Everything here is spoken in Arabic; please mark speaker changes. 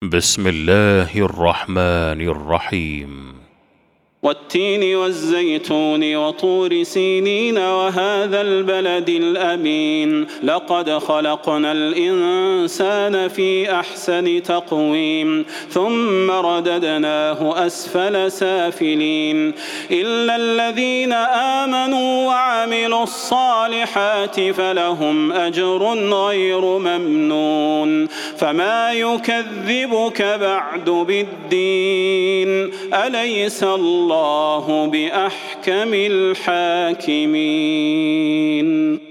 Speaker 1: بسم الله الرحمن الرحيم.
Speaker 2: والتين والزيتون وطور سينين وهذا البلد الأمين لقد خلقنا الإنسان في أحسن تقويم ثم رددناه أسفل سافلين إلا الذين آمنوا وعملوا الصالحات فلهم أجر غير ممنون فما يكذبك بعد بالدين أليس الله بأحكم الحاكمين.